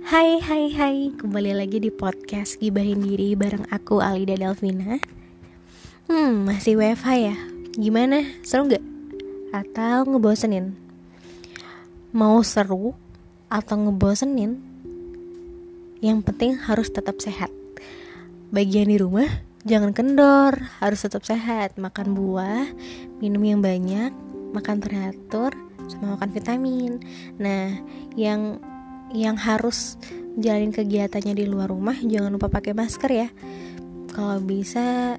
Hai, kembali lagi di podcast Gibahin Diri bareng aku Alida Delvina. Masih WFH ya? Gimana? Seru gak? Atau ngebosenin? Mau seru atau ngebosenin? Yang penting harus tetap sehat. Bagian di rumah, jangan kendor, harus tetap sehat. Makan buah, minum yang banyak, makan teratur, sama makan vitamin. Nah, yang harus jalanin kegiatannya di luar rumah, jangan lupa pakai masker ya. Kalau bisa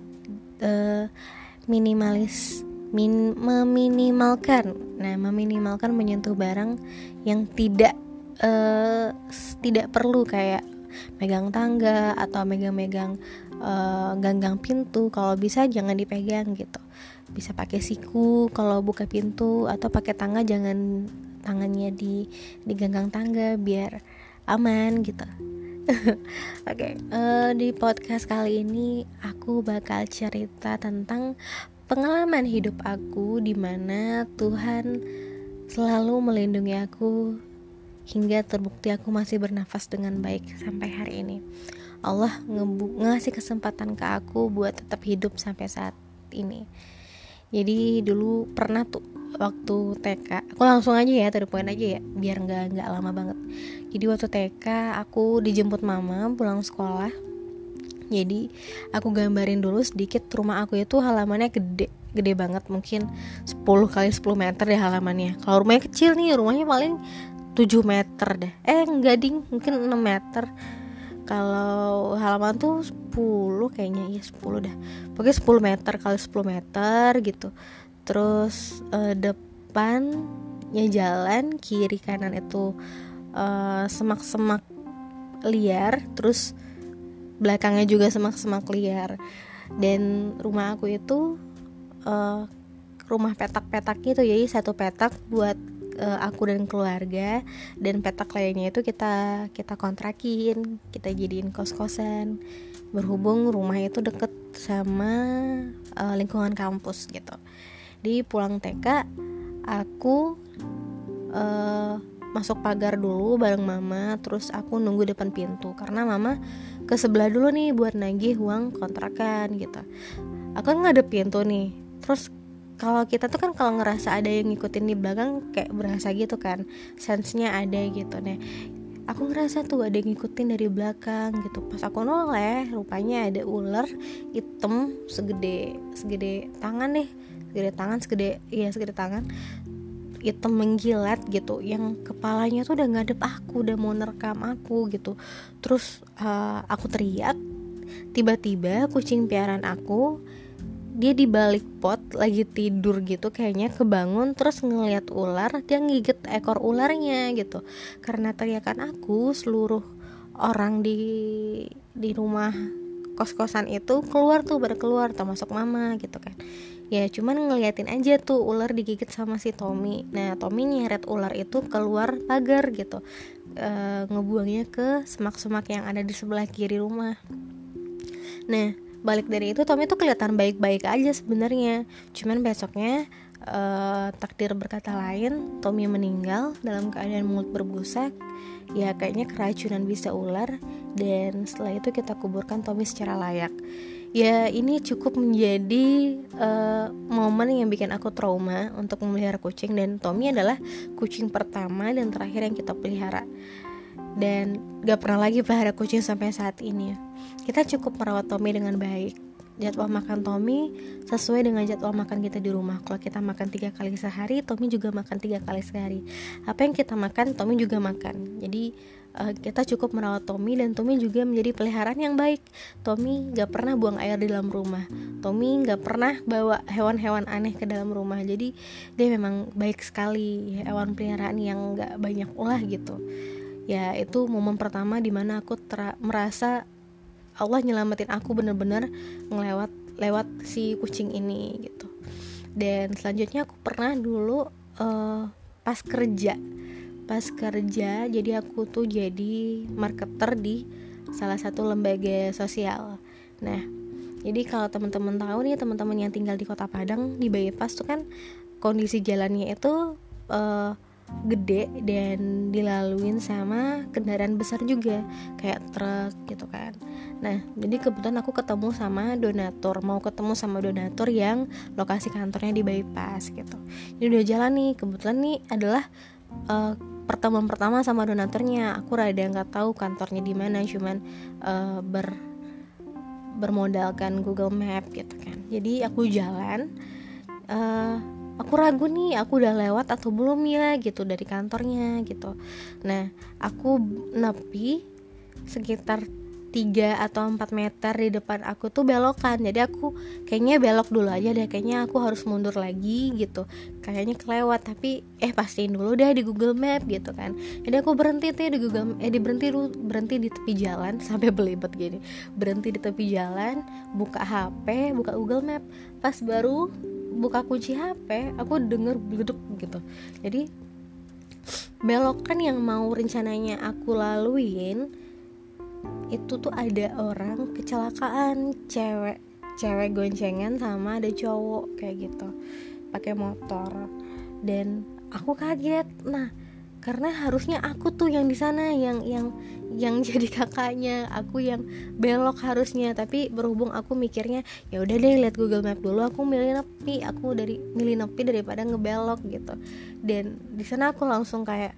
meminimalkan menyentuh barang yang tidak perlu, kayak megang tangga atau megang ganggang pintu. Kalau bisa jangan dipegang gitu. Bisa pakai siku kalau buka pintu, atau pakai tangga, jangan tangannya di ganggang tangga biar aman gitu. Oke, di podcast kali ini aku bakal cerita tentang pengalaman hidup aku, di mana Tuhan selalu melindungi aku hingga terbukti aku masih bernafas dengan baik sampai hari ini. Allah ngasih kesempatan ke aku buat tetap hidup sampai saat ini. Jadi dulu pernah tuh waktu TK, aku langsung aja ya, to the point aja ya, biar nggak lama banget. Jadi waktu TK aku dijemput mama pulang sekolah. Jadi aku gambarin dulu sedikit, rumah aku itu halamannya gede banget, mungkin 10 kali 10 meter deh halamannya. Kalau rumahnya kecil nih, rumahnya paling 7 meter deh. Enggak ding, mungkin 6 meter. Kalau halaman tuh 10 kayaknya, ya 10 dah. Pokoknya 10 meter kali 10 meter gitu. Terus depannya jalan, kiri kanan itu semak-semak liar. Terus belakangnya juga semak-semak liar. Dan rumah aku itu rumah petak-petak gitu. Jadi satu petak buat aku dan keluarga, dan petak lainnya itu kita kontrakin, kita jadiin kos-kosan. Berhubung rumah itu deket sama lingkungan kampus gitu. Di pulang TK aku masuk pagar dulu bareng mama. Terus aku nunggu depan pintu karena mama ke sebelah dulu nih buat nagih uang kontrakan gitu. Aku kan ngadep pintu nih. Terus kalau kita tuh kan kalau ngerasa ada yang ngikutin di belakang, kayak berasa gitu kan, sense-nya ada gitu. Nah, aku ngerasa tuh ada yang ngikutin dari belakang gitu. Pas aku noleh, rupanya ada ular hitam segede tangan deh, segede tangan, hitam mengkilat gitu, yang kepalanya tuh udah ngadep aku, udah mau nerekam aku gitu. Terus aku teriak, tiba-tiba kucing piaraan aku, dia di balik pot lagi tidur gitu, kayaknya kebangun, terus ngeliat ular, dia ngigit ekor ularnya gitu. Karena teriakan aku, seluruh orang di rumah kos-kosan itu keluar, termasuk mama gitu kan. Ya cuman ngeliatin aja tuh ular digigit sama si Tommy. Nah, Tommy nyeret ular itu keluar pagar gitu, ngebuangnya ke semak-semak yang ada di sebelah kiri rumah. Nah, balik dari itu Tommy tuh kelihatan baik-baik aja sebenarnya. Cuman besoknya takdir berkata lain, Tommy meninggal dalam keadaan mulut berbusa. Ya kayaknya keracunan bisa ular. Dan setelah itu kita kuburkan Tommy secara layak. Ya ini cukup menjadi momen yang bikin aku trauma untuk memelihara kucing. Dan Tommy adalah kucing pertama dan terakhir yang kita pelihara. Dan gak pernah lagi pelihara kucing sampai saat ini. Kita cukup merawat Tommy dengan baik. Jadwal makan Tommy sesuai dengan jadwal makan kita di rumah. Kalau kita makan 3 kali sehari, Tommy juga makan 3 kali sehari. Apa yang kita makan, Tommy juga makan. Jadi kita cukup merawat Tommy, dan Tommy juga menjadi peliharaan yang baik. Tommy gak pernah buang air di dalam rumah. Tommy gak pernah bawa hewan-hewan aneh ke dalam rumah. Jadi dia memang baik sekali, hewan peliharaan yang gak banyak ulah gitu. Ya itu momen pertama dimana aku merasa Allah nyelamatin aku bener-bener lewat si kucing ini gitu. Dan selanjutnya aku pernah dulu pas kerja, jadi aku tuh jadi marketer di salah satu lembaga sosial. Nah, jadi kalau teman-teman tahu nih, teman-teman yang tinggal di Kota Padang, di bypass tuh kan kondisi jalannya itu gede dan dilaluin sama kendaraan besar juga kayak truk gitu kan. Nah jadi kebetulan aku ketemu sama donatur, mau ketemu sama donatur yang lokasi kantornya di bypass gitu. Jadi udah jalan nih, kebetulan nih adalah pertemuan pertama sama donaturnya. Aku rada nggak tahu kantornya di mana, cuman bermodalkan Google Map gitu kan. Jadi aku jalan, aku ragu nih aku udah lewat atau belum ya gitu dari kantornya gitu. Nah aku nepi sekitar 3 atau 4 meter di depan aku tuh belokan. Jadi aku kayaknya belok dulu aja deh, kayaknya aku harus mundur lagi gitu, kayaknya kelewat, tapi pastiin dulu deh di Google Map gitu kan. Jadi aku berhenti tuh di Google berhenti di tepi jalan sampai belibet gini, berhenti di tepi jalan, buka HP, buka Google Map. Pas baru buka kunci HP, aku denger beduk gitu. Jadi belokan yang mau rencananya aku laluin itu tuh ada orang kecelakaan, cewek goncengan sama ada cowok kayak gitu pakai motor, dan aku kaget. Nah karena harusnya aku tuh yang di sana yang jadi kakaknya, aku yang belok harusnya, tapi berhubung aku mikirnya ya udah deh lihat Google Map dulu, aku milih nepi daripada ngebelok gitu. Dan di sana aku langsung kayak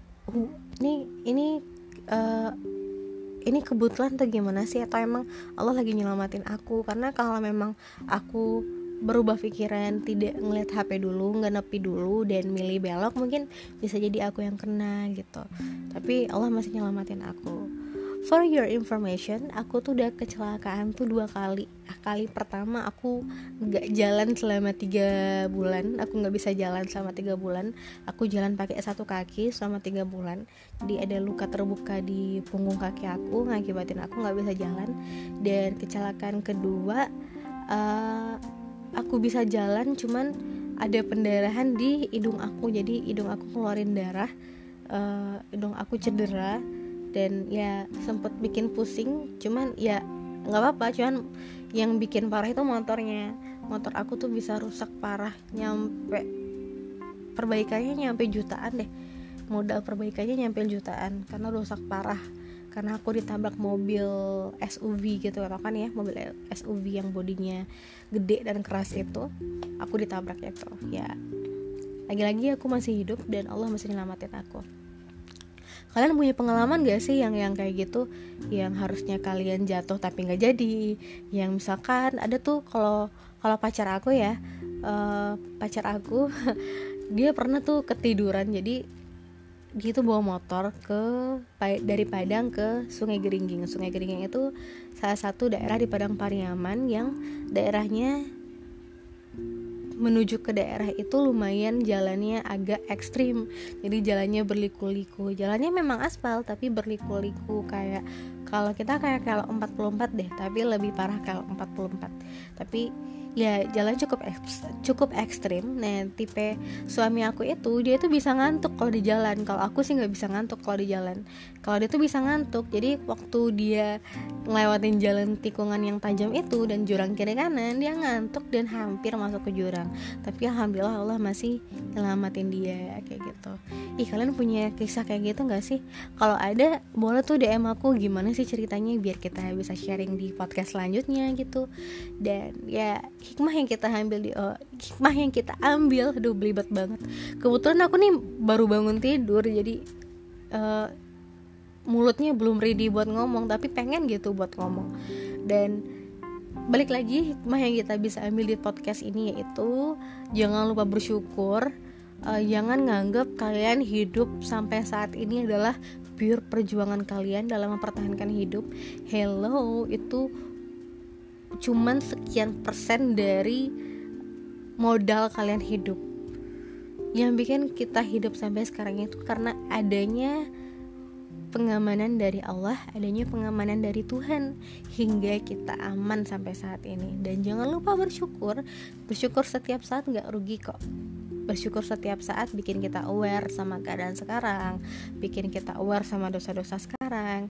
ini kebetulan atau gimana sih, atau emang Allah lagi nyelamatin aku. Karena kalau memang aku berubah pikiran, tidak ngeliat HP dulu, nggak nepi dulu dan milih belok, mungkin bisa jadi aku yang kena gitu. Tapi Allah masih nyelamatin aku. For your information, aku tuh udah kecelakaan tuh 2 kali. Kali pertama aku nggak jalan selama 3 bulan, aku nggak bisa jalan selama 3 bulan. Aku jalan pakai 1 kaki selama 3 bulan. Jadi ada luka terbuka di punggung kaki aku, ngakibatin aku nggak bisa jalan. Dan kecelakaan kedua, aku bisa jalan cuman ada pendarahan di hidung aku, jadi hidung aku keluarin darah, hidung aku cedera dan ya sempet bikin pusing. Cuman ya nggak apa-apa, cuman yang bikin parah itu motor aku tuh bisa rusak parah, nyampe perbaikannya nyampe jutaan deh, modal perbaikannya nyampe jutaan karena rusak parah. Karena aku ditabrak mobil SUV gitu kan ya, mobil SUV yang bodinya gede dan keras itu, aku ditabrak itu. Ya lagi-lagi aku masih hidup dan Allah masih nyelamatin aku. Kalian punya pengalaman gak sih yang kayak gitu, yang harusnya kalian jatuh tapi nggak jadi? Yang misalkan ada tuh kalau pacar aku ya, pacar aku dia pernah tuh ketiduran. Jadi dia tuh bawa motor dari Padang ke Sungai Geringging. Sungai Geringging itu salah satu daerah di Padang Pariaman yang daerahnya menuju ke daerah itu lumayan jalannya agak ekstrim. Jadi jalannya berliku-liku. Jalannya memang aspal tapi berliku-liku, kayak kalau kita kayak kalau 44 deh, tapi lebih parah kalau 44. Tapi ya jalan cukup ekstrim. Nah tipe suami aku itu, dia tuh bisa ngantuk kalau di jalan. Kalau aku sih nggak bisa ngantuk kalau di jalan. Kalau dia tuh bisa ngantuk. Jadi waktu dia ngelewatin jalan tikungan yang tajam itu dan jurang kiri kanan, dia ngantuk dan hampir masuk ke jurang. Tapi alhamdulillah Allah masih nyelamatin dia kayak gitu. Kalian punya kisah kayak gitu nggak sih? Kalau ada boleh tuh DM aku, gimana sih ceritanya, biar kita bisa sharing di podcast selanjutnya gitu. Dan ya hikmah yang kita ambil, aduh belibet banget. Kebetulan aku nih baru bangun tidur, jadi mulutnya belum ready buat ngomong, tapi pengen gitu buat ngomong. Dan balik lagi, hikmah yang kita bisa ambil di podcast ini yaitu jangan lupa bersyukur. Jangan nganggap kalian hidup sampai saat ini adalah pure perjuangan kalian dalam mempertahankan hidup. Hello, itu cuman sekian persen dari modal kalian hidup. Yang bikin kita hidup sampai sekarang itu karena adanya pengamanan dari Allah, adanya pengamanan dari Tuhan, hingga kita aman sampai saat ini. Dan jangan lupa bersyukur setiap saat, gak rugi kok. Bersyukur setiap saat bikin kita aware sama keadaan sekarang, bikin kita aware sama dosa-dosa sekarang,